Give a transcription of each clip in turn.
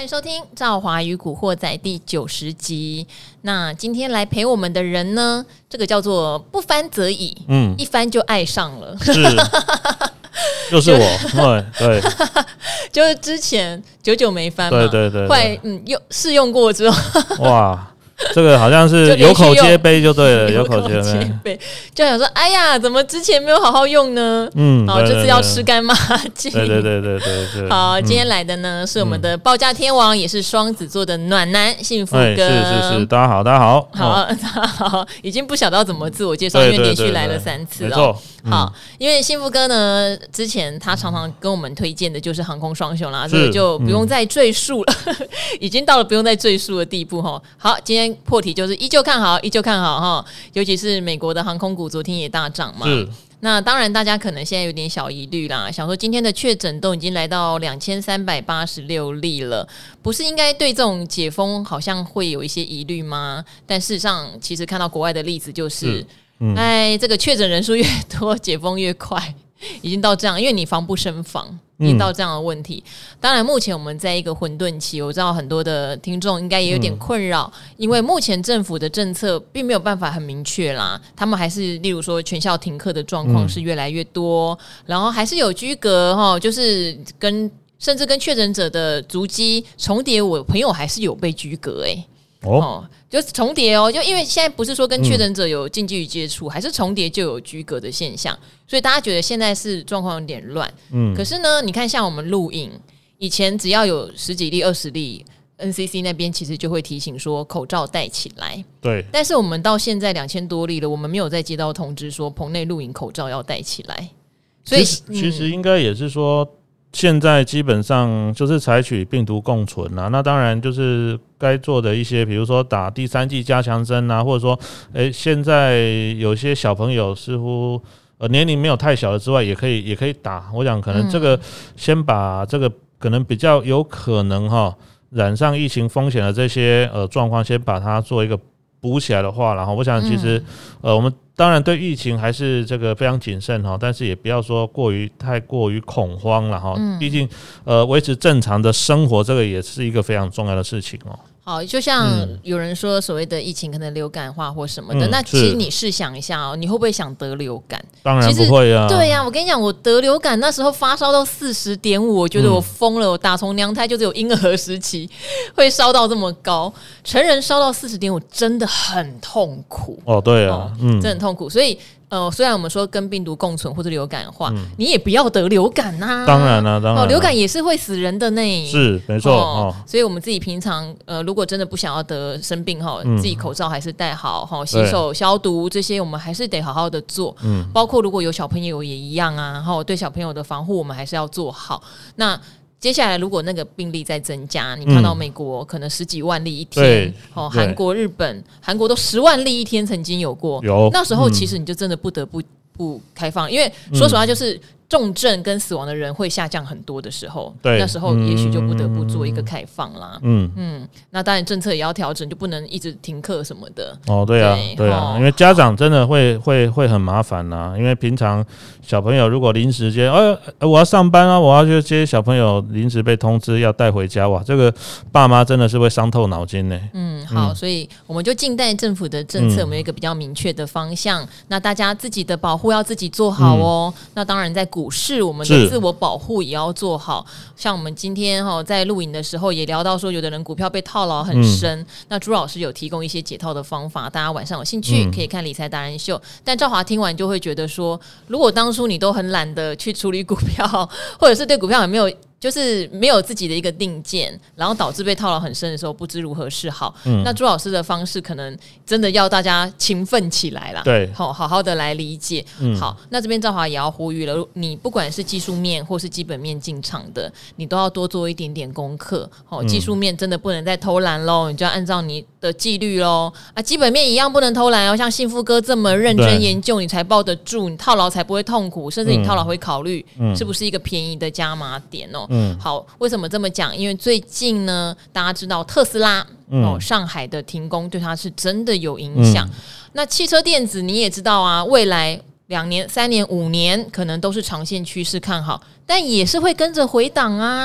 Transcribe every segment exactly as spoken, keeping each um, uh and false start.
迎收听《赵华与古惑仔》第九十集。那今天来陪我们的人呢，这个叫做不翻则已，嗯，一翻就爱上了， 是，就是我，对对， 就是之前久久没翻嘛， 对对 对, 对， 后来嗯用试用过之后， 哇。这个好像是有口皆碑就对了，有口皆碑， 就想说，哎呀，怎么之前没有好好用呢？嗯，好，这次要吃干抹净。 对对对对对对。 好，今天来的呢是我们的报价天王，也是双子座的暖男幸福哥。 是是是，大家好，大家好， 好，大家好，已经不晓得要怎么自我介绍，因为连续来了三次哦。好，因为幸福哥呢，之前他常常跟我们推荐的就是航空双雄啦，这个就不用再赘述了，已经到了不用再赘述的地步哈。好，今天破题就是依旧看好，依旧看好哈，尤其是美国的航空股昨天也大涨嘛。那当然，大家可能现在有点小疑虑啦，想说今天的确诊都已经来到两千三百八十六例了，不是应该对这种解封好像会有一些疑虑吗？但事实上，其实看到国外的例子就是，嗯、哎，这个确诊人数越多，解封越快，已经到这样，因为你防不胜防。已经到这样的问题、嗯、当然目前我们在一个混沌期，我知道很多的听众应该也有点困扰、嗯、因为目前政府的政策并没有办法很明确啦，他们还是例如说全校停课的状况是越来越多、嗯、然后还是有居隔，就是跟甚至跟确诊者的足迹重叠，我朋友还是有被居隔哎、欸哦哦，就是重叠哦，就因为现在不是说跟确诊者有近距离接触、嗯，还是重叠就有居隔的现象，所以大家觉得现在是状况有点乱。嗯，可是呢，你看像我们录影，以前只要有十几例、二十例 ，N C C 那边其实就会提醒说口罩戴起来。 对， 但是我们到现在两千多例了，我们没有再接到通知说棚内录影口罩要戴起来，所以其 实,、嗯、其实应该也是说。现在基本上就是采取病毒共存啊，那当然就是该做的一些，比如说打第三剂加强针啊，或者说，诶，现在有些小朋友似乎呃年龄没有太小的之外，也可以也可以打。我想可能这个先把这个可能比较有可能哈染上疫情风险的这些呃状况，先把它做一个补起来的话，然后我想其实呃我们。当然，对疫情还是这个非常谨慎哈，但是也不要说过于太过于恐慌了哈。毕竟，呃，维持正常的生活，这个也是一个非常重要的事情哦。 好，就像有人说所谓的疫情可能流感化或什么的，嗯、那其实你试想一下哦，你会不会想得流感？ 当然不会啊。 对呀、啊，我跟你讲，我得流感那时候发烧到四十点五，我觉得我疯了。我打从娘胎就只有婴儿时期会烧到这么高，成人烧到四十点五真的很痛苦。 哦，对啊，哦、嗯， 真的很痛苦，所以。呃，虽然我们说跟病毒共存或者流感化、嗯，你也不要得流感呐、啊。 当然了、啊，当然、啊哦，流感也是会死人的呢。 是，没错、 哦。所以我们自己平常呃，如果真的不想要得生病哈、嗯，自己口罩还是戴好哈，洗手消毒这些我们还是得好好的做。嗯，包括如果有小朋友也一样啊，哈，对小朋友的防护我们还是要做好。那接下来，如果那个病例在增加，你看到美国可能十几万例一天，哦，韩国、日本、韩国都十万例一天，曾经有过。 有那时候，其实你就真的不得不不开放，因为说实话，就是重症跟死亡的人会下降很多的时候，那时候也许就不得不做一个开放啦。嗯嗯，那当然政策也要调整，就不能一直停课什么的。 哦，对啊，对, 对啊、哦，因为家长真的会会会很麻烦呐、啊，因为平常小朋友如果临时接，哎，我要上班啊，我要去接小朋友，临时被通知要带回家，哇，这个爸妈真的是会伤透脑筋呢。 嗯，好，嗯、所以我们就静待政府的政策，我们有一个比较明确的方向、嗯。那大家自己的保护要自己做好哦。嗯、那当然在股市，我们的自我保护也要做好。像我们今天哈在录影的时候也聊到说，有的人股票被套牢很深，嗯、那朱老师有提供一些解套的方法，大家晚上有兴趣可以看理财达人秀。嗯、但兆华听完就会觉得说，如果当初你都很懒得去处理股票，或者是对股票也没有。就是没有自己的一个定见，然后导致被套牢很深的时候不知如何是好、嗯、那朱老师的方式可能真的要大家勤奋起来啦， 对， 好好好的来理解、嗯、好，那这边兆华也要呼吁了，你不管是技术面或是基本面进场的，你都要多做一点点功课、哦、技术面真的不能再偷懒咯，你就要按照你的纪律咯啊，基本面一样不能偷懒哦，像幸福哥这么认真研究你才抱得住，你套牢才不会痛苦，甚至你套牢会考虑、嗯、是不是一个便宜的加码点哦。嗯，好，为什么这么讲？因为最近呢，大家知道特斯拉、嗯哦、上海的停工对它是真的有影响、嗯。那汽车电子你也知道啊，未来两年、三年、五年可能都是长线趋势看好，但也是会跟着回档啊。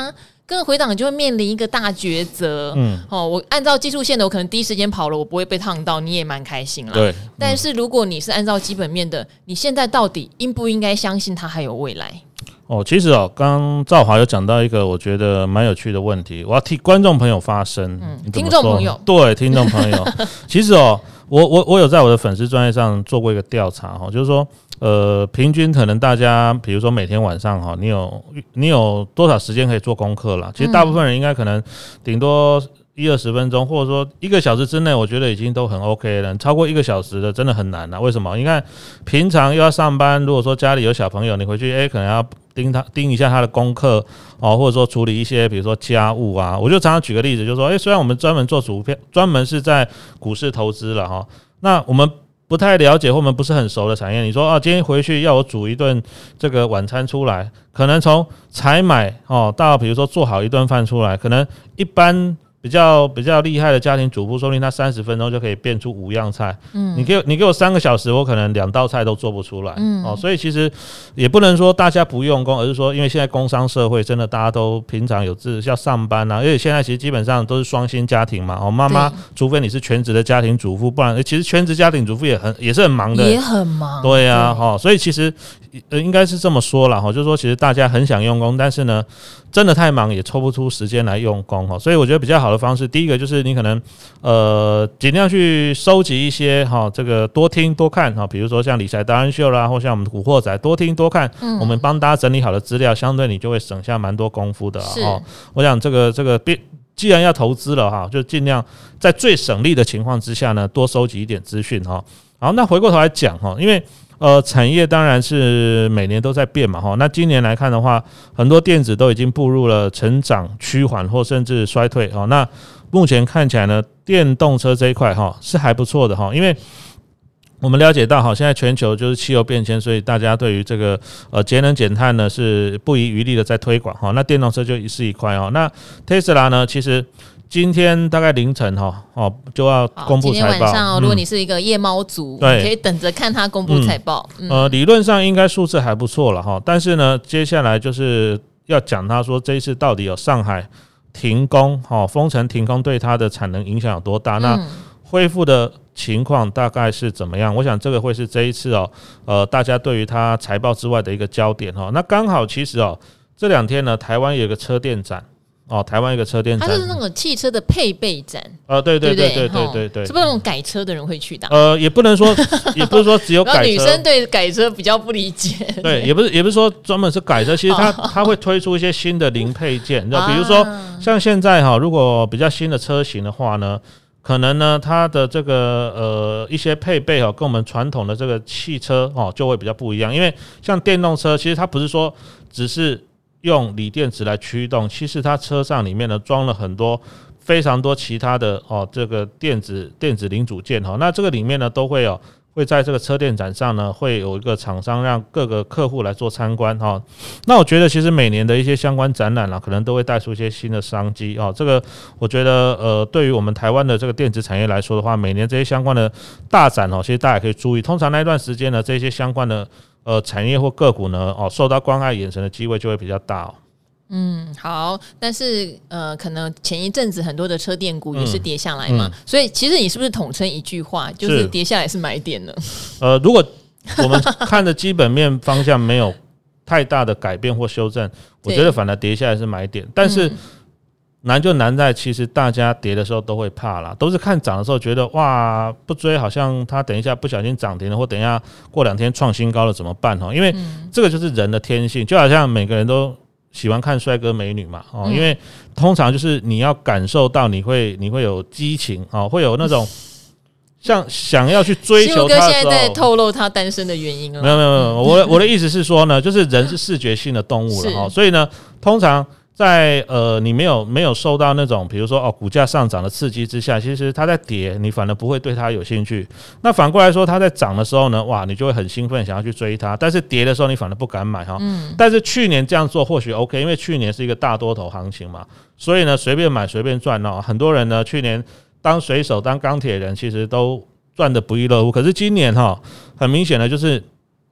跟回档就会面临一个大抉择。嗯，哦，我按照技术线的，我可能第一时间跑了，我不会被烫到，你也蛮开心啦。 对， 但是如果你是按照基本面的，你现在到底应不应该相信它还有未来？ 哦，其实哦，刚刚兆华有讲到一个我觉得蛮有趣的问题，我要替观众朋友发声。嗯， 听众朋友， 对，听众朋友，其实哦，我我我有在我的粉丝专页上做过一个调查哈，就是说，呃，平均可能大家，比如说每天晚上哈，你有你有多少时间可以做功课啦？其实大部分人应该可能顶多一二十分钟，或者说一个小时之内，我觉得已经都很 OK 了。超过一个小时的真的很难啊。为什么？你看平常又要上班，如果说家里有小朋友，你回去哎、欸，可能要盯他盯一下他的功课哦，或者说处理一些比如说家务啊。我就常常举个例子，就是说，哎、欸，虽然我们专门做股票，专门是在股市投资了哈，那我们不太了解或我们不是很熟的产业，你说啊，今天回去要我煮一顿这个晚餐出来，可能从采买哦到比如说做好一顿饭出来，可能一般比较比较厉害的家庭主妇，说不定他三十分钟就可以变出五样菜。嗯，你给我你给我三个小时，我可能两道菜都做不出来。嗯，哦，所以其实也不能说大家不用功，而是说因为现在工商社会真的大家都平常有自要上班啊，而且现在其实基本上都是双薪家庭嘛。哦，妈妈除非你是全职的家庭主妇，不然其实全职家庭主妇也很也是很忙的， 也很忙。 对啊，哈，所以其实呃应该是这么说啦，哈，就是说其实大家很想用功，但是呢，真的太忙也抽不出时间来用功哈。所以我觉得比较好的方式，第一个就是你可能呃尽量去收集一些哈，这个多听多看哈，比如说像理财达人秀啦，或像我们的古惑仔，多听多看，嗯、我们帮大家整理好的资料，相对你就会省下蛮多功夫的哦。我想这个这个既然要投资了哈，就尽量在最省力的情况之下呢，多收集一点资讯哈。好，那回过头来讲哈，因为呃，产业当然是每年都在变嘛，哈。那今年来看的话，很多电子都已经步入了成长趋缓或甚至衰退，哈。那目前看起来呢，电动车这一块哈是还不错的哈，因为我们了解到哈，现在全球就是气候变迁，所以大家对于这个呃节能减碳呢是不遗余力的在推广哈。那电动车就是一块哦。那 Tesla 呢，其实今天大概凌晨哈哦就要公布财报。今天晚上、哦嗯、如果你是一个夜猫族，你可以等着看它公布财报。嗯嗯、 呃，理论上应该数字还不错了哈，但是呢，接下来就是要讲他说这一次到底有上海停工哈，封城停工对它的产能影响有多大？那恢复的情况大概是怎么样？我想这个会是这一次哦，呃，大家对于它财报之外的一个焦点哈。那刚好其实哦，这两天呢，台湾有一个车电展。哦，台湾一个车电展， 它是那个汽车的配备展， 呃，对对对对对对对， 是不是那种改车的人会去的？ 呃，也不能说，也不是说只有改车， 女生对改车比较不理解， 对，也不是也不是说专门是改车，其实它它会推出一些新的零配件，你知道，比如说像现在哈，如果比较新的车型的话呢，可能呢它的这个呃一些配备哈，跟我们传统的这个汽车哦就会比较不一样，因为像电动车，其实它不是说只是用锂电池来驱动，其实它车上里面呢装了很多非常多其他的哦这个电子电子零组件哈，那这个里面呢都会有会在这个车电展上呢会有一个厂商让各个客户来做参观哈。那我觉得其实每年的一些相关展览啦，可能都会带出一些新的商机哦。这个我觉得呃对于我们台湾的这个电子产业来说的话，每年这些相关的大展哦，其实大家可以注意，通常那一段时间呢，这些相关的呃，产业或个股呢，哦，受到关爱眼神的机会就会比较大哦。 嗯，好，但是呃，可能前一阵子很多的车电股也是跌下来嘛，嗯嗯、所以其实你是不是统称一句话，就是跌下来是买点呢？ 呃，如果我们看的基本面方向没有太大的改变或修正，我觉得反而跌下来是买点，但是。嗯难就难在，其实大家跌的时候都会怕啦，都是看涨的时候觉得哇不追，好像它等一下不小心涨停了，或等一下过两天创新高了怎么办？因为这个就是人的天性，就好像每个人都喜欢看帅哥美女嘛，因为通常就是你要感受到你会你会有激情，会有那种像想要去追求他的时候。 现在在透露他单身的原因了。 没有没有没有，我我的意思是说呢，就是人是视觉性的动物了，所以呢，通常。在呃，你没有没有受到那种比如说哦股价上涨的刺激之下，其实它在跌，你反而不会对它有兴趣。那反过来说，它在涨的时候呢，哇，你就会很兴奋，想要去追它。但是跌的时候，你反而不敢买哈。嗯。但是去年这样做或许 OK， 因为去年是一个大多头行情嘛，所以呢随便买随便赚哦。很多人呢去年当水手当钢铁人，其实都赚得不亦乐乎。可是今年哈，很明显的就是。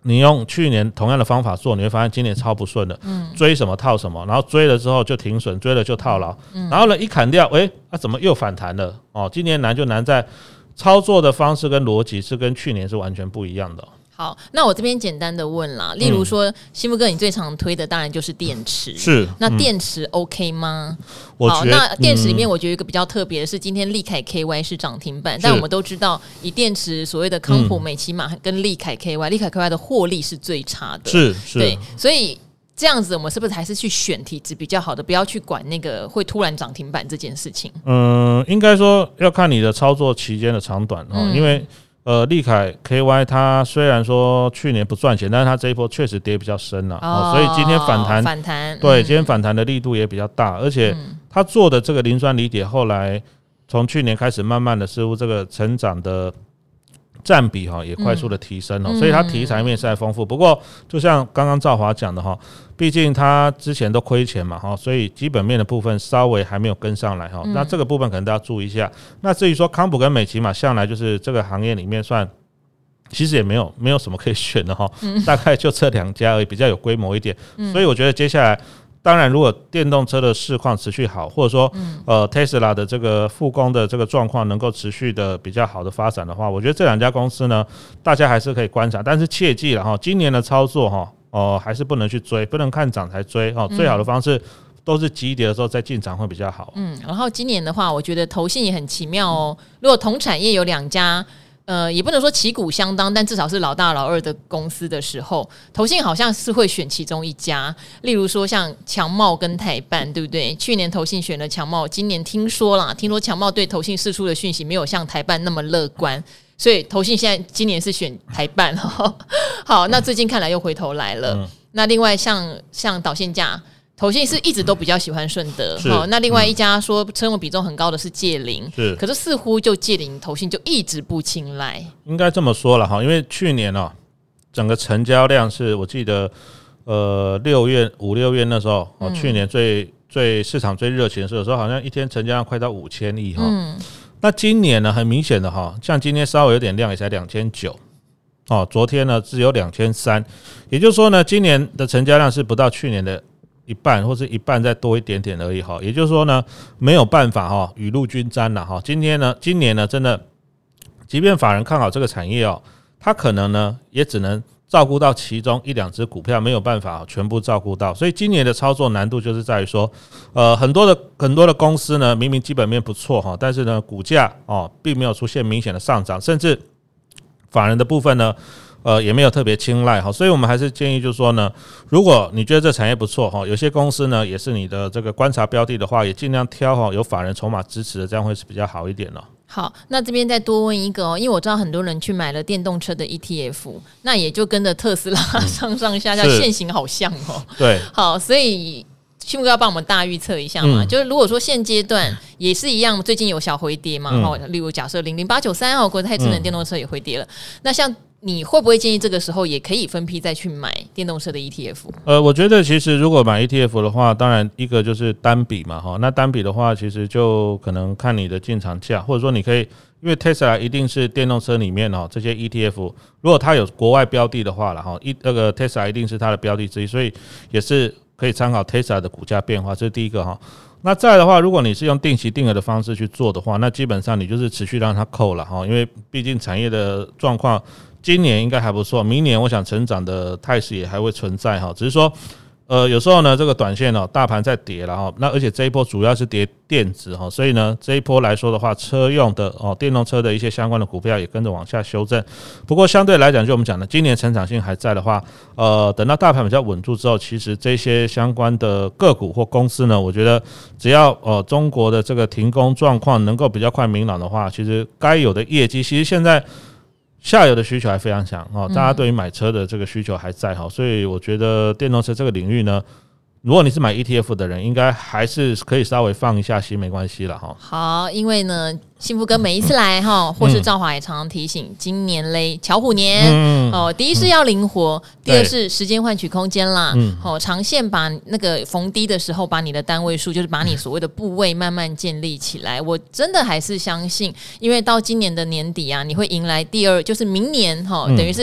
你用去年同样的方法做，你会发现今年超不顺的，嗯，追什么套什么，然后追了之后就停损，追了就套牢，嗯、然后呢一砍掉，哎、欸，啊怎么又反弹了？哦，今年难就难在操作的方式跟逻辑是跟去年是完全不一样的、哦。 好，那我这边简单的问啦，例如说，幸福哥，你最常推的当然就是电池， 是， 那电池 OK 吗？ 我好，那电池里面我觉得有一个比较特别的是，今天立凯 K Y 是涨停板，但我们都知道，以电池所谓的康普、美骑马跟立凯 K Y， 立凯 K Y 的获利是最差的， 是是， 对，所以这样子，我们是不是还是去选体质比较好的，不要去管那个会突然涨停板这件事情？ 嗯，应该说要看你的操作期间的长短哦，嗯、因为。呃，立凯 K Y 它虽然说去年不赚钱，但是它这一波确实跌比较深了、啊哦哦，所以今天反弹， 反弹对， 嗯、 今天反弹的力度也比较大，而且它做的这个磷酸锂铁，后来从去年开始慢慢的似乎这个成长的占比哈也快速的提升了、嗯，所以它题材面是在丰富。不过就像刚刚兆华讲的哈，毕竟它之前都亏钱嘛哈，所以基本面的部分稍微还没有跟上来哈、嗯。那这个部分可能大家注意一下。那至于说康普跟美骑马，向来就是这个行业里面算，其实也没有没有什么可以选的哈、嗯，大概就这两家而已，比较有规模一点。嗯、所以我觉得接下来。当然，如果电动车的市况持续好，或者说，呃，Tesla 的这个复工的这个状况能够持续的比较好的发展的话，我觉得这两家公司呢，大家还是可以观察，但是切记了哈，今年的操作哈，哦、呃，还是不能去追，不能看涨才追哦，最好的方式都是急跌的时候再进场会比较好。 嗯，然后今年的话，我觉得投信也很奇妙哦，如果同产业有两家。呃，也不能说旗鼓相当，但至少是老大老二的公司的时候，投信好像是会选其中一家。例如说像强茂跟台办，对不对？去年投信选了强茂，今年听说啦，听说强茂对投信释出的讯息没有像台办那么乐观，所以投信现在今年是选台办。好，那最近看来又回头来了。嗯、那另外像像导线架。投信是一直都比较喜欢顺德，好，那另外一家说称为比重很高的是界霖，是，可是似乎就界霖投信就一直不青睐， 应该这么说了哈，因为去年哦，整个成交量是我记得，呃，六月五六月那时候，哦，去年最最市场最热情的时候，好像一天成交量快到五千亿哈，嗯，那今年呢，很明显的哈，像今天稍微有点量，也才两千九，哦，昨天呢只有两千三，也就是说呢，今年的成交量是不到去年的。一半或是一半再多一点点而已哈，也就是说呢，没有办法哈，雨露均沾了哈。今天呢，今年呢，真的，即便法人看好这个产业哦，他可能呢也只能照顾到其中一两只股票，没有办法全部照顾到。所以今年的操作难度就是在于说，呃，很多的很多的公司呢，明明基本面不错哈，但是呢，股价哦并没有出现明显的上涨，甚至法人的部分呢。呃，也没有特别青睐哈，所以我们还是建议就是说呢，如果你觉得这产业不错哈，有些公司呢也是你的这个观察标的的话，也尽量挑哈有法人筹码支持的，这样会是比较好一点了。 好，那这边再多问一个哦，因为我知道很多人去买了电动车的 E T F， 那也就跟着特斯拉上上下下现形好像哦。 对， 好，所以迅哥要帮我们大预测一下嘛、嗯，就是如果说现阶段也是一样，最近有小回跌嘛，哈、嗯，例如假设零零八九三哦，国泰智能电动车也回跌了，嗯、那像。你会不会建议这个时候也可以分批再去买电动车的 E T F？ 呃，我觉得其实如果买 E T F 的话，当然一个就是单笔嘛，哈，那单笔的话，其实就可能看你的进场价，或者说你可以，因为 Tesla 一定是电动车里面哦这些 E T F， 如果它有国外标的的话了哈，一那个 Tesla 一定是它的标的之一，所以也是可以参考 Tesla 的股价变化，这是第一个哈。那再来的话，如果你是用定期定额的方式去做的话，那基本上你就是持续让它扣了哈，因为毕竟产业的状况。今年应该还不错，明年我想成长的态势也还会存在哈，只是说，呃，有时候呢，这个短线哦，大盘在跌了哈，那而且这一波主要是跌电子哈，所以呢，这一波来说的话，车用的哦，电动车的一些相关的股票也跟着往下修正。不过相对来讲，就我们讲的，今年成长性还在的话，呃，等到大盘比较稳住之后，其实这些相关的个股或公司呢，我觉得只要呃中国的这个停工状况能够比较快明朗的话，其实该有的业绩，其实现在。下游的需求还非常强哦，大家对于买车的这个需求还在哈，所以我觉得电动车这个领域呢，如果你是买 E T F 的人，应该还是可以稍微放一下心，没关系了哈。 好，因为呢，幸福哥每一次来哈，或是兆华也常常提醒，今年嘞巧虎年、嗯、哦，第一是要灵活、嗯，第二是时间换取空间啦。嗯，哦，长线把那个逢低的时候，把你的单位数，就是把你所谓的部位慢慢建立起来。我真的还是相信，因为到今年的年底啊，你会迎来第二，就是明年哈、哦，等于是。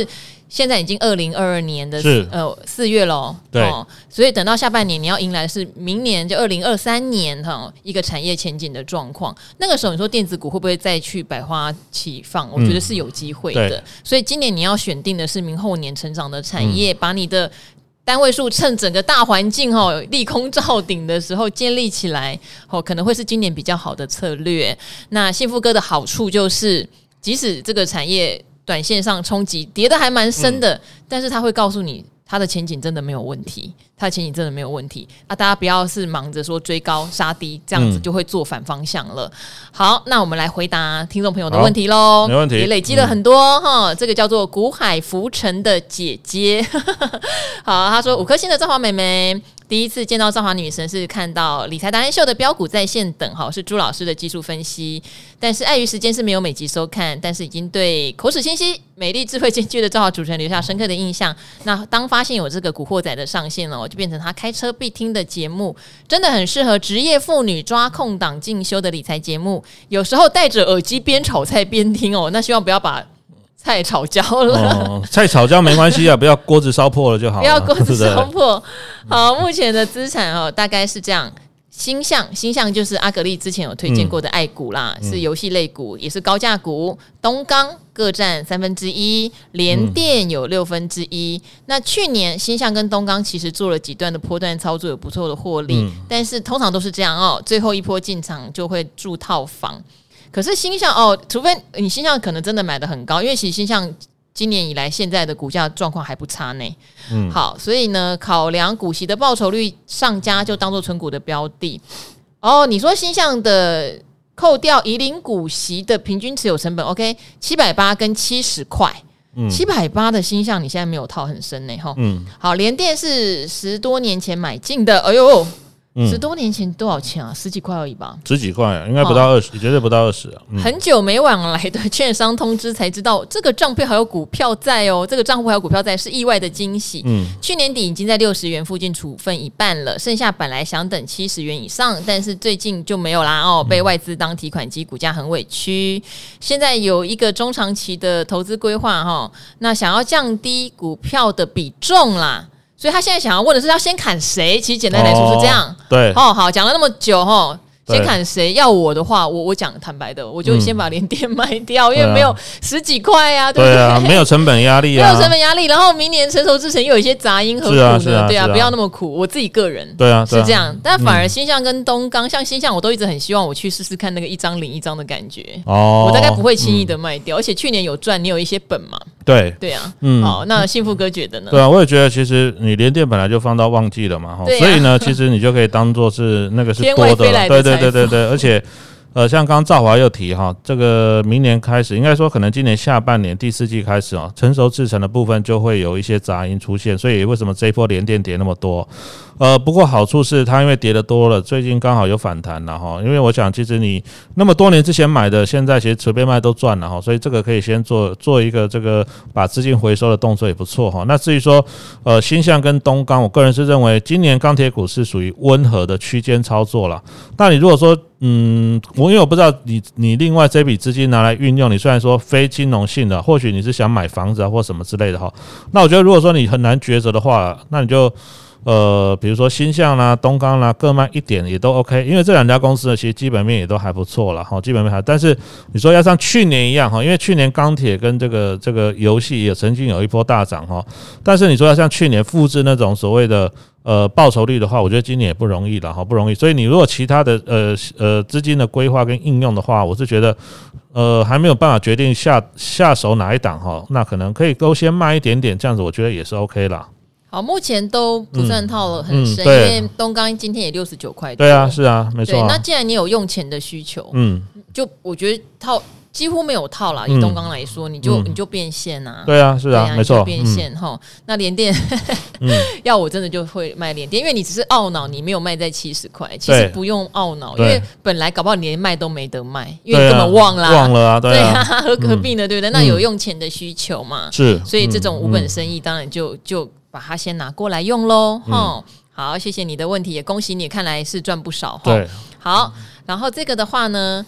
现在已经二零二二年的呃四月了， 对、 哦，所以等到下半年你要迎来的是明年就二零二三年哈、哦、一个产业前景的状况。那个时候你说电子股会不会再去百花齐放？我觉得是有机会的。嗯、所以今年你要选定的是明后年成长的产业，嗯、把你的单位数趁整个大环境哦利空罩顶的时候建立起来，哦，可能会是今年比较好的策略。那幸福哥的好处就是，即使这个产业短线上冲击跌得还蛮深的、嗯、但是他会告诉你它的前景真的没有问题，它的前景真的没有问题啊！大家不要是忙着说追高杀低，这样子就会做反方向了。嗯、好，那我们来回答听众朋友的问题咯， 没问题， 也累积了很多哈、嗯。这个叫做股海浮沉的姐姐，好，她说五颗星的赵华妹妹。第一次见到赵华女神是看到理财达人秀的标股在线等，好，是朱老师的技术分析，但是碍于时间是没有每集收看，但是已经对口齿清晰、美丽智慧兼具的赵华主持人留下深刻的印象。那当发现有这个古惑仔的上线了，我就变成他开车必听的节目，真的很适合职业妇女抓空档进修的理财节目。有时候戴着耳机边炒菜边听哦，那希望不要把菜炒焦了、哦， 菜炒焦没关系啊，不要锅子烧破了就好了， 不要锅子烧破。好，目前的资产哦大概是这样。星象，星象就是阿格力之前有推荐过的爱股啦，嗯、是游戏类股，也是高价股。东钢各占三分之一，联电有六分之一。那去年星象跟东钢其实做了几段的波段操作，有不错的获利、嗯，但是通常都是这样哦，最后一波进场就会住套房。可是星象哦，除非你星象可能真的买得很高，因为其实星象今年以来现在的股价状况还不差呢。嗯，好，所以呢，考量股息的报酬率，上家就当做存股的标的。哦，你说星象的扣掉移领股息的平均持有成本 ，OK， 七百八跟七十块。七百八的星象你现在没有套很深呢，哈。嗯，好，联电是十多年前买进的，哎呦。嗯、十多年前多少钱啊？十几块而已吧， 十几块，应该不到二十、哦，绝对不到二十啊、嗯！ 很久没往来的券商通知才知道，这个账票还有股票在哦，这个账户还有股票在，是意外的惊喜。嗯，去年底已经在六十元附近处分一半了，剩下本来想等七十元以上，但是最近就没有啦哦，被外资当提款机，股价很委屈。现在有一个中长期的投资规划哈，那想要降低股票的比重啦。所以他现在想要问的是要先砍谁？其实简单来说是这样。哦、 对， 哦，好，讲了那么久哦，先砍谁？要我的话，我我讲坦白的，我就先把联电卖掉、嗯，因为没有十几块啊，对不对？ 对啊，没有成本压力啊， 没有成本压力。然后明年成熟之前又有一些杂音和苦呢，啊啊、对啊，不要那么苦。我自己个人对啊是这样，但反而星象跟东钢，像星象我都一直很希望我去试试看那个一张领一张的感觉。哦，我大概不会轻易的卖掉，嗯、而且去年有赚，你有一些本嘛。 对对啊，嗯，好，那幸福哥觉得呢？ 对啊，我也觉得其实你联电本来就放到旺季了嘛，哈、啊，所以呢，其实你就可以当做是那个是多的了，对对对对对，而且。呃，像刚刚兆华又提哈，这个明年开始，应该说可能今年下半年第四季开始哦，成熟制程的部分就会有一些杂音出现，所以为什么这一波联电跌那么多？呃，不过好处是它因为跌得多了，最近刚好有反弹了哈。因为我想其实你那么多年之前买的，现在其实随便卖都赚了哈，所以这个可以先做做一个这个把资金回收的动作也不错哈。那至于说呃新象跟东钢，我个人是认为今年钢铁股是属于温和的区间操作啦。那你如果说嗯，我因为我不知道你你另外这笔资金拿来运用，你虽然说非金融性的，或许你是想买房子啊或什么之类的哈。那我觉得如果说你很难抉择的话，那你就呃，比如说新象啦、东钢啦，各卖一点也都 OK， 因为这两家公司呢，其实基本面也都还不错啦，哈，基本面还。但是你说要像去年一样哈，因为去年钢铁跟这个这个游戏也曾经有一波大涨哈，但是你说要像去年复制那种所谓的呃报酬率的话，我觉得今年也不容易了哈，不容易。所以你如果其他的呃呃资金的规划跟应用的话，我是觉得呃还没有办法决定下下手哪一档哈，那可能可以都先卖一点点，这样子我觉得也是 OK 啦。 好，目前都不算套了很深，嗯嗯、因为东钢今天也六十九块多。 对啊，是啊，没错、啊。 那既然你有用钱的需求，嗯，就我觉得套几乎没有套啦。以东钢来说，你就、嗯、你就变现啊。 对啊，是啊，啊没错， 变现哈、嗯。那联电，嗯、要我真的就会卖联电，因为你只是懊恼你没有卖在七十块，其实不用懊恼，因为本来搞不好你连卖都没得卖，因为你根本忘了、啊， 忘了啊，对啊， 对啊何何必呢？对不对？那有用钱的需求嘛， 是， 所以这种无本生意当然就就。把它先拿过来用咯、嗯、好，谢谢你的问题，也恭喜你，看来是赚不少。 对， 好，然后这个的话呢，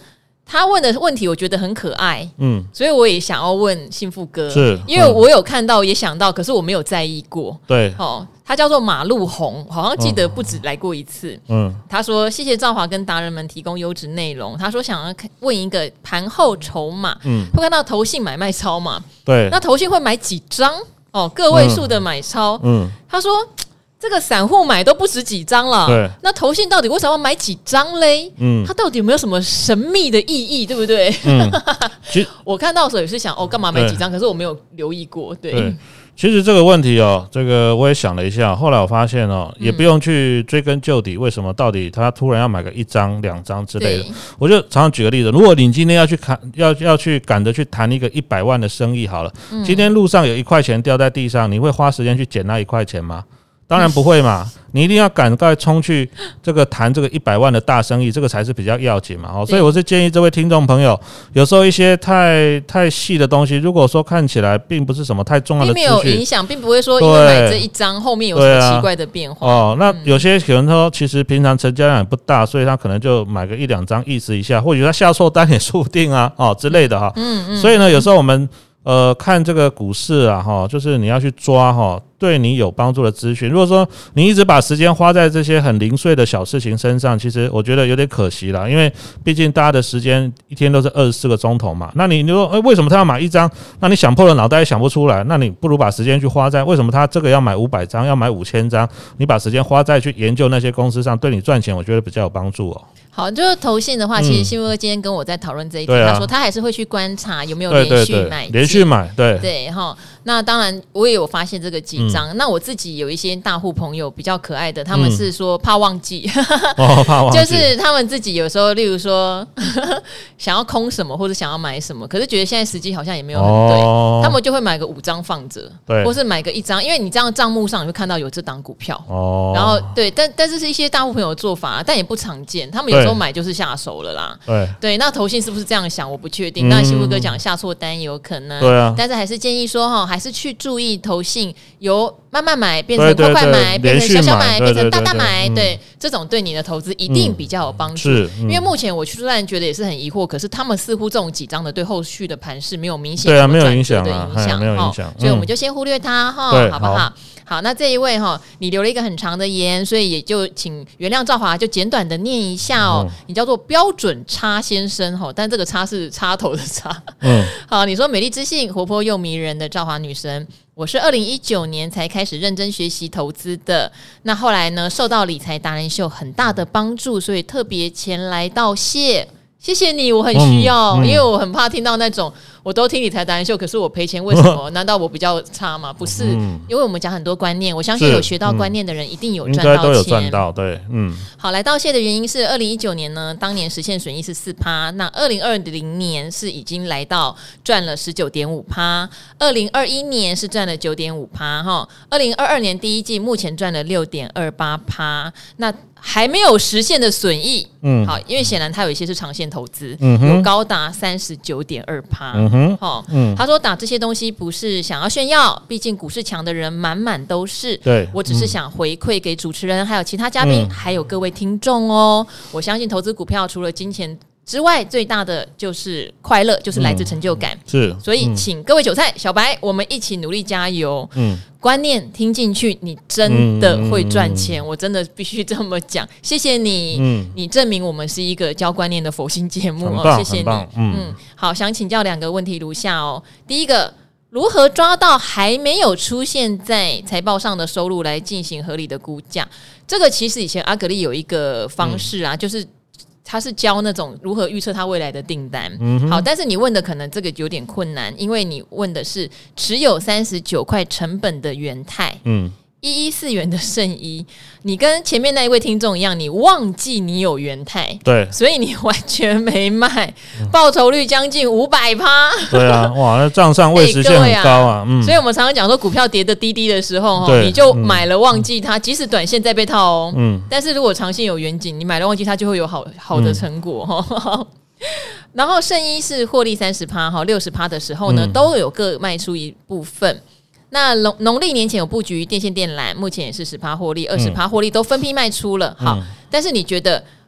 他问的问题我觉得很可爱，嗯，所以我也想要问幸福哥， 是因为我有看到也想到，可是我没有在意过。 对， 哦，他叫做马路红，好像记得不止来过一次。嗯，他说谢谢兆华跟达人们提供优质内容。他说想要问一个盘后筹码，嗯，会看到投信买卖超嘛？ 对， 那投信会买几张？哦，个位数的买超。嗯，他说。这个散户买都不止几张了， 对， 那投信到底为什么要买几张嘞？嗯，它到底有没有什么神秘的意义，对不对？嗯，其实我看到的时候也是想，哦，干嘛买几张？可是我没有留意过，对。 对，其实这个问题哦，这个我也想了一下，后来我发现哦，也不用去追根究底，为什么到底他突然要买个一张、两张之类的？我就常常举个例子，如果你今天要去看，要要去赶着去谈一个一百万的生意，好了，嗯、今天路上有一块钱掉在地上，你会花时间去捡那一块钱吗？当然不会嘛，你一定要赶快冲去这个谈这个一百万的大生意，这个才是比较要紧嘛。哦，所以我是建议这位听众朋友，有时候一些太太细的东西，如果说看起来并不是什么太重要的资讯， 并没有影响，并不会说因为买这一张后面有什么奇怪的变化。 啊、哦，那有些可能说，其实平常成交量也不大，所以他可能就买个一两张意思一下，或许他下错单也说不定啊，哦之类的哈。嗯嗯。所以呢，有时候我们。呃，看这个股市啊，哈，就是你要去抓哈，对你有帮助的资讯。如果说你一直把时间花在这些很零碎的小事情身上，其实我觉得有点可惜啦，因为毕竟大家的时间一天都是二十四个钟头嘛。那你你说，哎、欸，为什么他要买一张？那你想破了脑袋也想不出来。那你不如把时间去花在为什么他这个要买五百张，要买五千张？你把时间花在去研究那些公司上，对你赚钱，我觉得比较有帮助哦。 好，就是投信的话，其实幸福哥今天跟我在讨论这一点，嗯啊、他说他还是会去观察有没有连续买进， 连续买，对对哈。那当然，我也有发现这个几张。嗯、那我自己有一些大户朋友比较可爱的，他们是说怕忘记， 嗯哦、怕忘记， 就是他们自己有时候，例如说想要空什么或者想要买什么，可是觉得现在时机好像也没有很对，哦、他们就会买个五张放着，对，或是买个一张，因为你这样账目上你会看到有这档股票，哦，然后对，但但是是一些大户朋友的做法，但也不常见，他们有时候买就是下手了啦，对对。那投信是不是这样想？我不确定。当然，幸福哥讲下错单也有可能，对啊，但是还是建议说哈，还是去注意投信由慢慢买变成快快买，变成小小买，变成大大买，对，这种对你的投资一定比较有帮助。因为目前我虽然觉得也是很疑惑，可是他们似乎这种几张的对后续的盘势没有明显的转折的影响，没有影响，所以我们就先忽略它哈，好不好？好，那这一位哈，你留了一个很长的言，所以也就请原谅兆华，就简短的念一下哦。嗯、你叫做标准叉先生哈，但这个叉是插头的叉。嗯，好，你说美丽知性、活泼又迷人的兆华女神，我是二零一九年才开始认真学习投资的，那后来呢，受到理财达人秀很大的帮助，所以特别前来道谢。谢谢你，我很需要，嗯嗯、因为我很怕听到那种我都听理财达人秀，可是我赔钱，为什么？难道我比较差吗？不是，嗯、因为我们讲很多观念，我相信有学到观念的人一定有赚到钱，应该都有赚到，对，嗯。好，来道谢的原因是二零一九年呢，当年实现损益是四趴，那二零二零年是已经来到赚了十九点五趴，二零二一年是赚了九点五趴，哈，二零二二年第一季目前赚了六点二八趴，那。还没有实现的损益，嗯，好，因为显然它有一些是长线投资，嗯，有高达三十九点二趴，嗯哼，好，嗯，他说打这些东西不是想要炫耀，毕竟股市强的人满满都是，对，我只是想回馈给主持人，还有其他嘉宾，嗯、还有各位听众哦。我相信投资股票除了金钱之外，最大的就是快乐，就是来自成就感，嗯、是，所以请各位韭菜、小白，我们一起努力加油，嗯。观念听进去，你真的会赚钱，嗯嗯嗯、我真的必须这么讲。谢谢你，嗯、你证明我们是一个教观念的佛心节目哦，谢谢你。嗯, 嗯，好，想请教两个问题如下哦。第一个，如何抓到还没有出现在财报上的收入来进行合理的估价？这个其实以前阿格力有一个方式啊，嗯、就是。他是教那种如何预测他未来的订单，嗯、好，但是你问的可能这个有点困难，因为你问的是持有三十九块成本的元泰，嗯，一一四元的圣衣，你跟前面那一位听众一样，你忘记你有元泰，对，所以你完全没卖，报酬率将近五百趴，对啊，哇，那账上未实现很高啊，嗯，所以我们常常讲说股票跌得低低的时候，你就买了忘记它，嗯、即使短线再被套哦，嗯，但是如果长线有远景，你买了忘记它就会有好好的成果哈。嗯然后圣衣是获利三十趴哈，六十趴的时候呢，嗯、都有各卖出一部分。那农农历年前有布局电线电缆，目前也是十趴获利，二十趴获利都分批卖出了。好，嗯、但是你觉得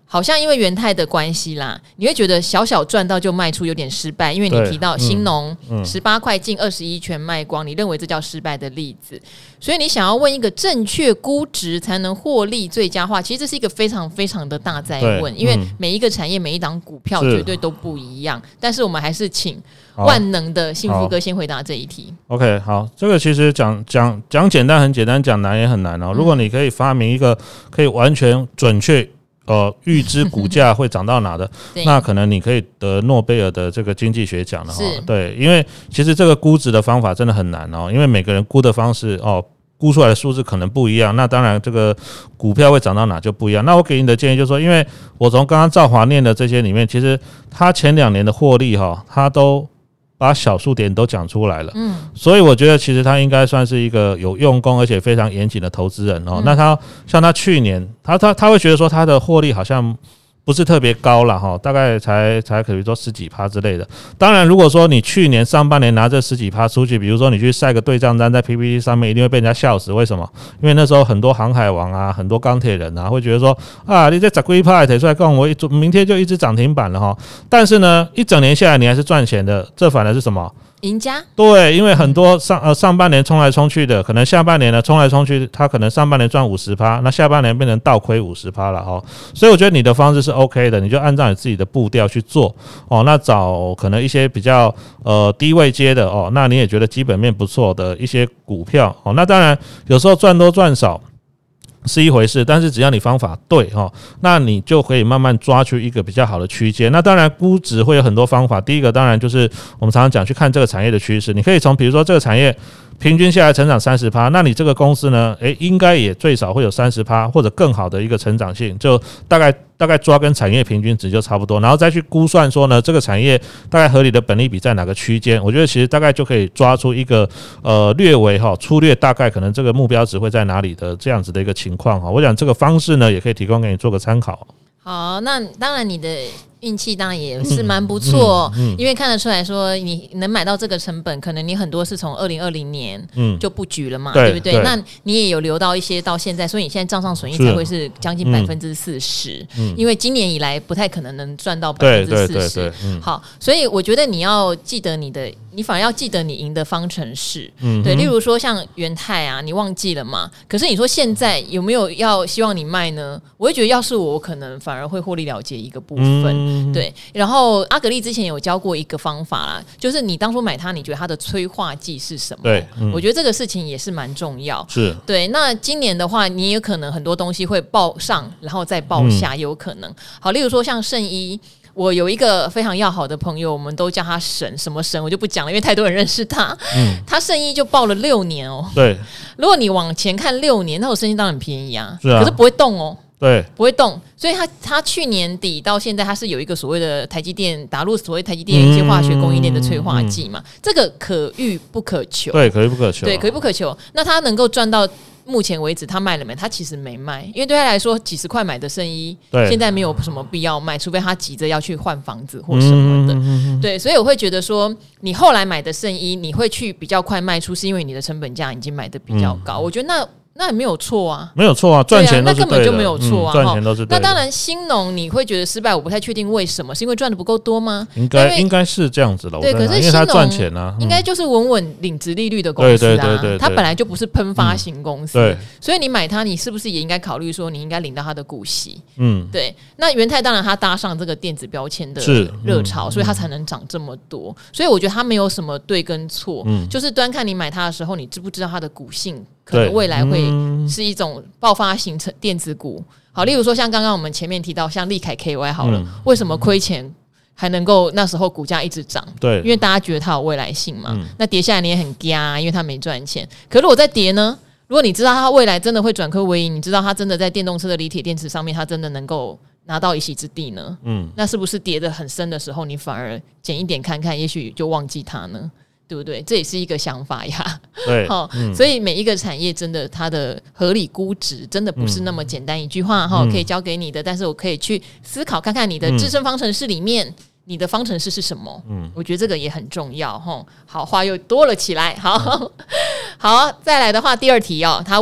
好像因为元泰的关系啦，你会觉得小小赚到就卖出有点失败，因为你提到兴农十八块进二十一全卖光，你认为这叫失败的例子，所以你想要问一个正确估值才能获利最佳化，其实这是一个非常非常的大哉问，因为每一个产业每一档股票绝对都不一样，但是我们还是请万能的幸福哥先回答这一题。 OK， 好，这个其实讲讲讲简单很简单，讲难也很难哦。如果你可以发明一个可以完全准确呃预知股价会涨到哪的，那可能你可以得诺贝尔的这个经济学奖了哈。对，因为其实这个估值的方法真的很难哦，因为每个人估的方式哦。估出来的数字可能不一样，那当然这个股票会涨到哪就不一样。那我给你的建议就是说，因为我从刚刚兆华念的这些里面，其实他前两年的获利哈，他都把小数点都讲出来了，嗯，所以我觉得其实他应该算是一个有用功而且非常严谨的投资人哦。嗯、那他像他去年，他他他会觉得说他的获利好像不是特别高啦齁，大概才才可以说十几趴之类的。当然如果说你去年上半年拿这十几趴出去，比如说你去晒个对账单在 P P T 上面，一定会被人家笑死。为什么？因为那时候很多航海王啊，很多钢铁人啊会觉得说啊，你这十几趴提出来跟我明天就一直涨停板了齁。但是呢一整年下来你还是赚钱的，这反而是什么？ 赢家。 对，因为很多上呃上半年冲来冲去的，可能下半年呢冲来冲去，他可能上半年赚 百分之五十， 那下半年变成倒亏 百分之五十 了齁。所以我觉得你的方式是 OK 的，你就按照你自己的步调去做哦。那找可能一些比较呃低位阶的哦，那你也觉得基本面不错的一些股票哦。那当然有时候赚多赚少是一回事，但是只要你方法对齁，那你就可以慢慢抓出一个比较好的区间。那当然估值会有很多方法，第一个当然就是我们常常讲去看这个产业的趋势，你可以从比如说这个产业平均下来成长 百分之三十， 那你这个公司呢诶应该也最少会有 百分之三十 或者更好的一个成长性，就大概大概抓跟产业平均值就差不多，然后再去估算说呢这个产业大概合理的本益比在哪个区间，我觉得其实大概就可以抓出一个呃略微齁粗略大概可能这个目标值会在哪里的这样子的一个情况齁。我想这个方式呢也可以提供给你做个参考。 好，那当然你的运气当然也是蛮不错、嗯嗯嗯，因为看得出来说你能买到这个成本，可能你很多是从二零二零年就布局了嘛，嗯、对, 对不对, 对？那你也有留到一些到现在，所以你现在账上损益才会是将近百分之四十，因为今年以来不太可能能赚到百分之四十。好，所以我觉得你要记得你的，你反而要记得你赢的方程式，嗯、对，例如说像元泰啊，你忘记了嘛？可是你说现在有没有要希望你卖呢？我会觉得要是我，我可能反而会获利了结一个部分。嗯对，然后阿格力之前有教过一个方法啦，就是你当初买它，你觉得它的催化剂是什么？对、嗯，我觉得这个事情也是蛮重要。是，对。那今年的话，你有可能很多东西会报上，然后再报下，有可能。好，例如说像圣衣。我有一个非常要好的朋友，我们都叫他神，什么神我就不讲了，因为太多人认识他。嗯，他圣衣就报了六年哦。对，如果你往前看六年，那我圣衣当然很便宜啊，是啊，可是不会动哦。对，不会动，所以他他去年底到现在，他是有一个所谓的台积电打入所谓台积电一些化学供应链的催化剂嘛，嗯嗯、这个可遇不可求，对，可遇不可求，对，可遇不可求。那他能够赚到目前为止，他卖了没？他其实没卖，因为对他来说，几十块买的圣衣，现在没有什么必要卖，除非他急着要去换房子或什么的。嗯嗯嗯嗯对，所以我会觉得说，你后来买的圣衣，你会去比较快卖出，是因为你的成本价已经买的比较高。嗯、我觉得那。那也没有错啊，没有错啊，赚钱、啊、那根本就没有错啊，赚、嗯、钱都是对的。那当然，兴农你会觉得失败，我不太确定为什么，是因为赚的不够多吗？应该应该是这样子了。对，可是兴农赚钱啊，应该就是稳稳领殖利率的公司啊，对对对对对，它本来就不是喷发型公司，嗯、对，所以你买它，你是不是也应该考虑说，你应该领到它的股息？嗯，对。那元泰当然它搭上这个电子标签的热潮，嗯、所以它才能涨这么多。所以我觉得它没有什么对跟错，嗯，就是端看你买它的时候，你知不知道它的股性。可能未来会是一种爆发型电子股，好，例如说像刚刚我们前面提到，像立凯 K Y 好了，嗯、为什么亏钱还能够那时候股价一直涨？对，因为大家觉得它有未来性嘛。嗯、那跌下来你也很惊啊，因为它没赚钱。可如果再跌呢？如果你知道它未来真的会转亏为盈，你知道它真的在电动车的锂铁电池上面，它真的能够拿到一席之地呢？嗯，那是不是跌得很深的时候，你反而减一点看看，也许就忘记它呢？对不对？这也是一个想法呀。对，好、嗯，所以每一个产业真的它的合理估值真的不是那么简单一句话哈、嗯、可以教给你的，但是我可以去思考看看你的自身方程式里面、嗯、你的方程式是什么。嗯，我觉得这个也很重要哈。好，话又多了起来。好，好，再来的话，第二题哦，他问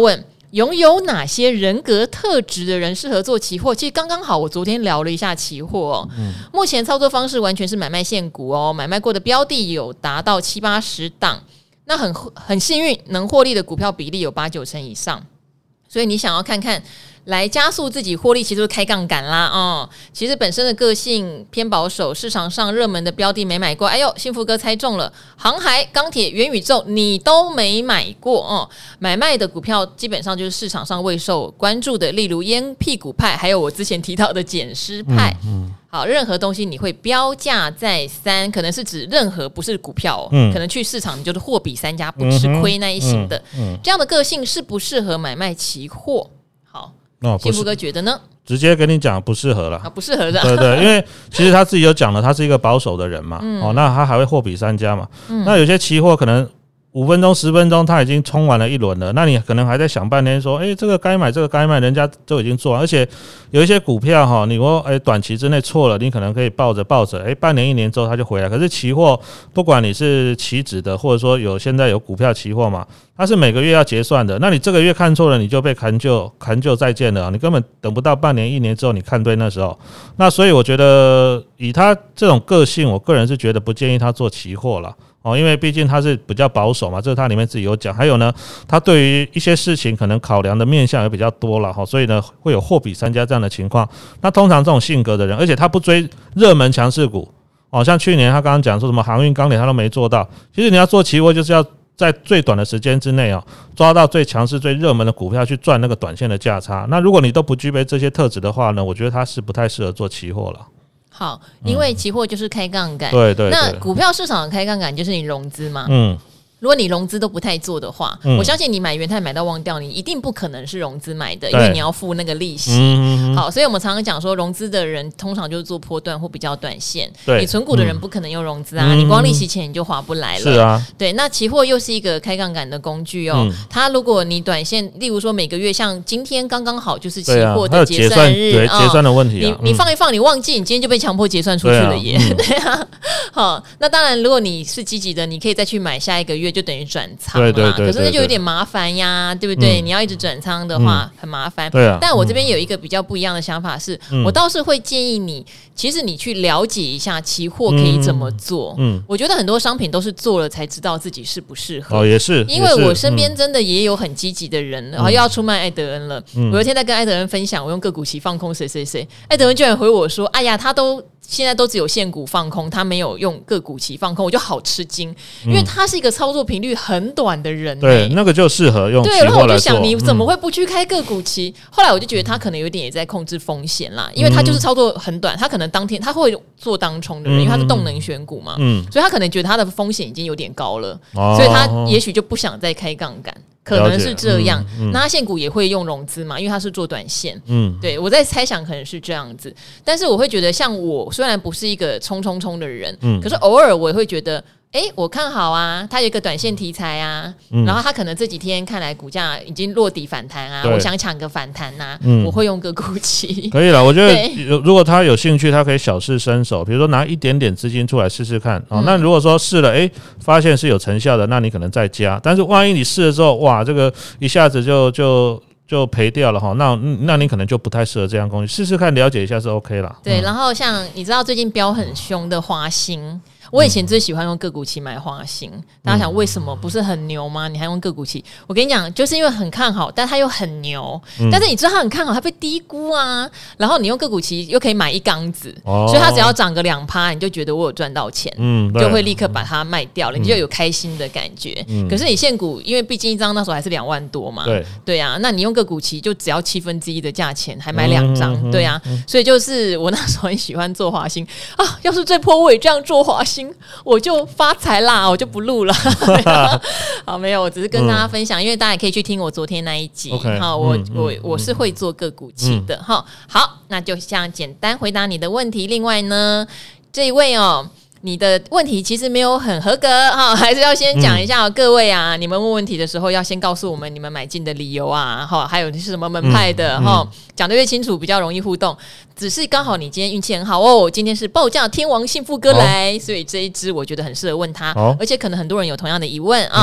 拥有哪些人格特质的人适合做期货？其实刚刚好，我昨天聊了一下期货哦。嗯、目前操作方式完全是买卖现股哦，买卖过的标的有达到七八十档，那很很幸运，能获利的股票比例有八九成以上。所以你想要看看来加速自己获利，其实就是开杠杆啦哦。其实本身的个性偏保守，市场上热门的标的没买过，哎呦，幸福哥猜中了，航海、钢铁、元宇宙你都没买过哦。买卖的股票基本上就是市场上未受关注的，例如烟屁股派，还有我之前提到的捡尸派。嗯嗯好，任何东西你会标价再三，可能是指任何不是股票、哦嗯、可能去市场你就是货比三家不吃亏那一型的、嗯嗯嗯、这样的个性适不适合买卖期货？好，哦、幸福哥觉得呢？ 直接跟你讲不适合了、 啊、不适合的， 对对，因为其实他自己有讲了，他是一个保守的人嘛，嗯、哦，那他还会货比三家嘛，嗯、那有些期货可能五分钟十分钟他已经冲完了一轮了，那你可能还在想半天说，哎、欸，这个该买这个该卖，人家都已经做完，而且有一些股票哈，你说哎、欸、短期之内错了，你可能可以抱着抱着，哎、欸、半年一年之后它就回来。可是期货不管你是期指的，或者说有现在有股票期货嘛，它是每个月要结算的，那你这个月看错了，你就被砍就砍就再见了，你根本等不到半年一年之后你看对那时候。那所以我觉得以他这种个性，我个人是觉得不建议他做期货了。哦，因为毕竟他是比较保守嘛，这是他里面自己有讲。还有呢，他对于一些事情可能考量的面向也比较多了哈，所以呢会有货比三家这样的情况。那通常这种性格的人，而且他不追热门强势股哦，像去年他刚刚讲说什么航运、钢铁他都没做到。其实你要做期货，就是要在最短的时间之内哦，抓到最强势、最热门的股票去赚那个短线的价差。那如果你都不具备这些特质的话呢，我觉得他是不太适合做期货了。 好，因为期货就是开杠杆、嗯， 对对对。 那股票市场的开杠杆就是你融资嘛， 嗯。 如果你融资都不太做的话、嗯，我相信你买元泰买到忘掉，你一定不可能是融资买的，因为你要付那个利息。嗯、好，所以我们常常讲说，融资的人通常就是做波段或比较短线。你存股的人不可能用融资啊、嗯，你光利息钱你就划不来了。 是啊， 对。那期货又是一个开杠杆的工具哦、嗯。它如果你短线，例如说每个月像今天刚刚好就是期货的结算日， 对、啊、结算的问题、啊哦，你你放一放，你忘记，你今天就被强迫结算出去了耶。对啊，嗯、对啊好，那当然，如果你是积极的，你可以再去买下一个月，就等于转仓。对对 对, 对, 对，可是那就有点麻烦呀，对不对、嗯？你要一直转仓的话、嗯、很麻烦。 对啊。 但我这边有一个比较不一样的想法是，嗯、我倒是会建议你，其实你去了解一下期货可以怎么做。嗯，我觉得很多商品都是做了才知道自己适不适合。 哦，也是。 因为我身边真的也有很积极的人，然后又要出卖艾德恩了。嗯、我有一天在跟艾德恩分享，我用个股期放空谁谁谁，艾德恩居然回我说：“哎呀，他都。”现在都只有现股放空，他没有用个股期放空，我就好吃惊，因为他是一个操作频率很短的人、欸。 对，那个就适合用期货来做。对，然后我就想，你怎么会不去开个股期？嗯、后来我就觉得他可能有点也在控制风险啦，因为他就是操作很短，他可能当天他会做当冲的人，因为他是动能选股嘛，嗯，所以他可能觉得他的风险已经有点高了，哦、所以他也许就不想再开杠杆。可能是这样、嗯嗯，那他现股也会用融资嘛，因为他是做短线。嗯，对，我在猜想可能是这样子，但是我会觉得，像我虽然不是一个冲冲冲的人，嗯，可是偶尔我也会觉得。哎，我看好啊，它有一个短线题材啊、嗯，然后它可能这几天看来股价已经落底反弹啊，我想抢个反弹啊、嗯，我会用个股期。 可以了，我觉得如果他有兴趣，他可以小试身手，比如说拿一点点资金出来试试看、哦嗯、那如果说试了，哎，发现是有成效的，那你可能再加。但是万一你试了之后，哇，这个一下子就就。就赔掉了哈，那那你可能就不太适合这样工具，试试看，了解一下是 OK 啦。 对、嗯，然后像你知道最近飙很凶的华兴，我以前最喜欢用个股期买华兴、嗯，大家想为什么不是很牛吗？你还用个股期？我跟你讲，就是因为很看好，但它又很牛、嗯，但是你知道它很看好，它被低估啊。然后你用个股期又可以买一缸子、哦，所以它只要涨个两趴，你就觉得我有赚到钱，嗯，就会立刻把它卖掉了，嗯、你就有开心的感觉。嗯、可是你现股，因为毕竟一张那时候还是两万多嘛，对对啊，那你用个股期就只要七分之一的价钱，还买两張、嗯，对啊、嗯，所以就是我那时候很喜欢做华兴啊。要是这波我也这样做华兴，我就发财啦，我就不录了。好，没有，我只是跟大家分享，嗯、因为大家也可以去听我昨天那一集。 Okay, 好，我、嗯、我我是会做个股期的。哈、嗯，好，那就这样简单回答你的问题。另外呢，这一位哦。你的问题其实没有很合格哈，还是要先讲一下、哦嗯、各位啊，你们问问题的时候要先告诉我们你们买进的理由啊，哈，还有你是什么门派的哈，讲、嗯嗯、得越清楚比较容易互动。只是刚好你今天运气很好哦，今天是报价天王幸福哥来、哦，所以这一支我觉得很适合问他，哦、而且可能很多人有同样的疑问啊。嗯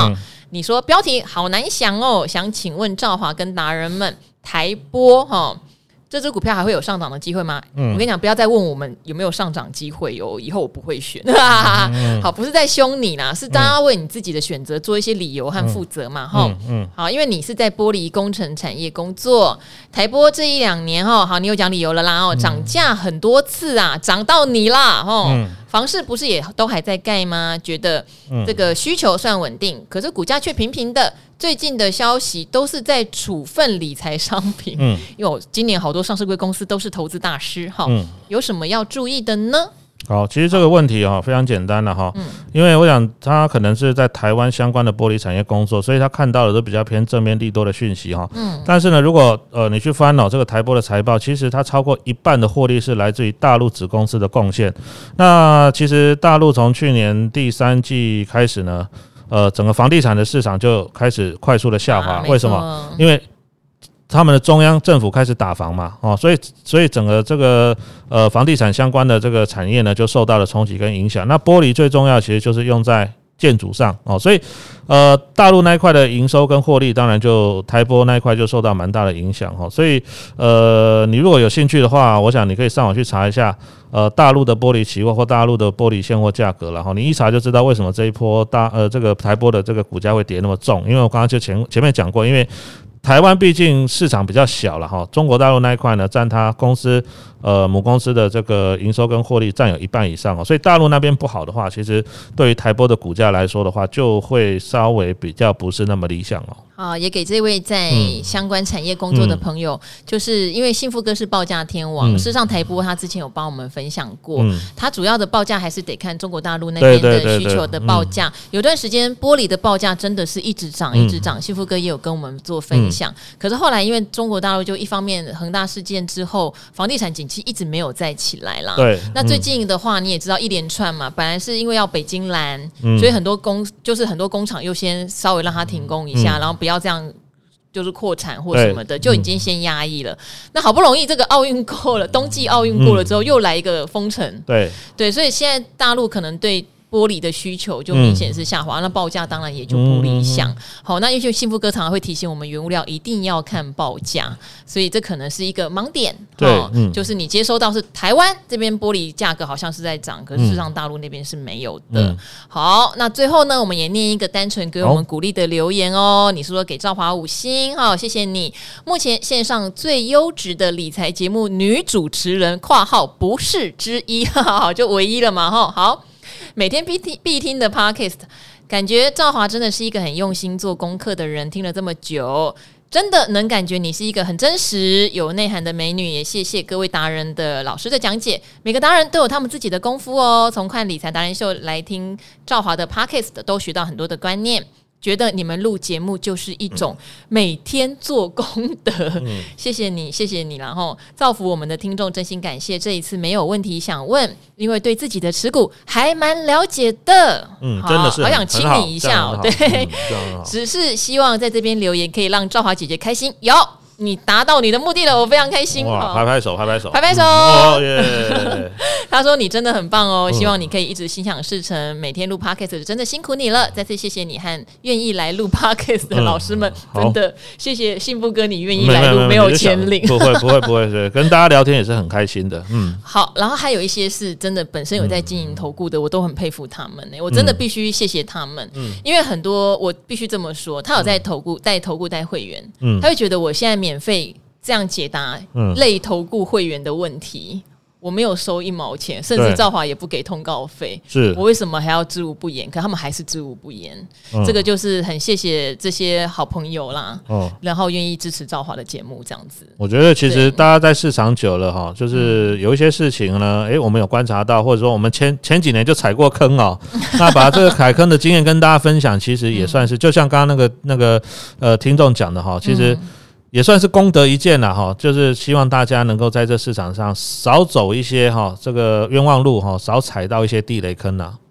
你说标题好难想哦，想请问兆华跟达人们，台玻哈。这支股票还会有上涨的机会吗？嗯、我跟你讲，不要再问我们有没有上涨机会哦，以后我不会选。嗯、好，不是在凶你啦，是大家为你自己的选择做一些理由和负责嘛，哈、嗯嗯。好，因为你是在玻璃工程产业工作，台玻这一两年哈，好，你有讲理由了啦，哦，涨价很多次啊，涨到你啦，哈。嗯房市不是也都还在盖吗？觉得这个需求算稳定，可是股价却平平的。最近的消息都是在处分理财商品，嗯，因为我今年好多上市柜公司都是投资大师哈，嗯，有什么要注意的呢？ 好，其实这个问题哈非常简单了哈，嗯，因为我想他可能是在台湾相关的玻璃产业工作，所以他看到的都比较偏正面利多的讯息哈，嗯，但是呢，如果呃你去翻哦这个台玻的财报，其实它超过一半的获利是来自于大陆子公司的贡献。那其实大陆从去年第三季开始呢。呃，整个房地产的市场就开始快速的下滑，啊、为什么？因为他们的中央政府开始打房嘛，哦，所以所以整个这个呃房地产相关的这个产业呢，就受到了冲击跟影响。那玻璃最重要，其实就是用在建筑上哦，所以呃大陆那一块的营收跟获利，当然就台玻那一块就受到蛮大的影响哦。所以呃，你如果有兴趣的话，我想你可以上网去查一下。呃，大陆的玻璃期货或大陆的玻璃现货价格，然后你一查就知道为什么这一波大呃这个台玻的这个股价会跌那么重。因为我刚刚就前前面讲过，因为台湾毕竟市场比较小了哈，中国大陆那一块呢占它公司呃母公司的这个营收跟获利占有一半以上哦，所以大陆那边不好的话，其实对于台玻的股价来说的话，就会稍微比较不是那么理想哦。 好，也给这位在相关产业工作的朋友，嗯、就是因为幸福哥是报价天王，嗯、事实上台玻他之前有帮我们分享过，嗯、他主要的报价还是得看中国大陆那边的需求的报价。有段时间玻璃的报价真的是一直涨，一直涨，幸福哥也有跟我们做分享。嗯、可是后来因为中国大陆就一方面恒大事件之后，房地产景气一直没有再起来啦。对，那最近的话你也知道一连串嘛，本来是因为要北京蓝，嗯、所以很多工就是很多工厂又先稍微让它停工一下，嗯、然后不要这样就是扩产或什么的，就已经先压抑了。嗯、那好不容易这个奥运过了，冬季奥运过了之后，嗯、又来一个封城，对对，所以现在大陆可能对玻璃的需求就明显是下滑，嗯、那报价当然也就不理想。嗯、好，那因为幸福哥常常会提醒我们，原物料一定要看报价，所以这可能是一个盲点。对，嗯、就是你接收到是台湾这边玻璃价格好像是在涨，可是事实上大陆那边是没有的。嗯、好，那最后呢，我们也念一个单纯给我们鼓励的留言哦。你说给兆华五星，好，谢谢你。目前线上最优质的理财节目女主持人（括号不是之一），好，就唯一了嘛，哈，好。每天必听必听的 podcast， 感觉兆华真的是一个很用心做功课的人，听了这么久，真的能感觉你是一个很真实、有内涵的美女。也谢谢各位达人的老师的讲解，每个达人都有他们自己的功夫哦。从看理财达人秀来听兆华的 podcast， 都学到很多的观念。觉得你们录节目就是一种每天做功德，嗯、谢谢你，谢谢你，然后造福我们的听众，真心感谢。这一次没有问题想问，因为对自己的持股还蛮了解的，嗯，真的是好想亲你一下哦，对，嗯、只是希望在这边留言可以让兆华姐姐开心，有。你达到你的目的了，我非常开心。 哇，拍拍手，拍拍手， 拍拍手！ 哦耶！ 他说你真的很棒哦，希望你可以一直心想事成，每天录 podcast 真的辛苦你了。再次谢谢你和愿意来录 podcast 的老师们，嗯、真的谢谢幸福哥，你愿意来录，没有钱领， 不会不会不会，对，跟大家聊天也是很开心的。嗯， 好，然后还有一些是真的本身有在经营投顾的，我都很佩服他们呢、欸。我真的必须谢谢他们，嗯，因为很多我必须这么说，他有在投顾带投顾带会员，嗯，他会觉得我现在免费这样解答类投顾会员的问题，嗯、我没有收一毛钱，甚至兆华也不给通告费，是我为什么还要知无不言？可他们还是知无不言，嗯、这个就是很谢谢这些好朋友啦，哦、然后愿意支持兆华的节目这样子。 我觉得其实大家在市场久了哈，就是有一些事情呢，哎、欸，我们有观察到，或者说我们前前几年就踩过坑哦，那把这个踩坑的经验跟大家分享，其实也算是，就像刚刚那个那个呃听众讲的哈，其实。嗯也算是功德一件啦哈，就是希望大家能够在这市场上少走一些哈这个冤枉路哈，少踩到一些地雷坑啦。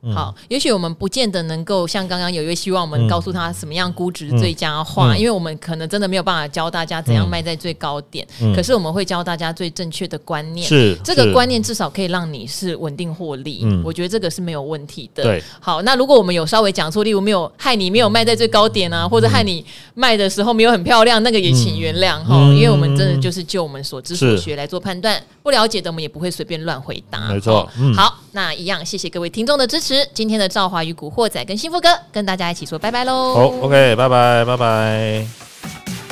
嗯、 好，也许我们不见得能够像刚刚有一位希望我们告诉他什么样估值最佳化、嗯嗯、因为我们可能真的没有办法教大家怎样卖在最高点、嗯、可是我们会教大家最正确的观念， 是这个观念至少可以让你是稳定获利、嗯、我觉得这个是没有问题的。 对， 好，那如果我们有稍微讲错，例如没有害你没有卖在最高点啊，或者害你卖的时候没有很漂亮，那个也请原谅、嗯、因为我们真的就是就我们所知所学来做判断，不了解的我们也不会随便乱回答。 没错、嗯、 好，那一样谢谢各位听众的支持，今天的赵华与古惑仔跟幸福哥跟大家一起说拜拜喽。 好 OK， 拜拜拜拜。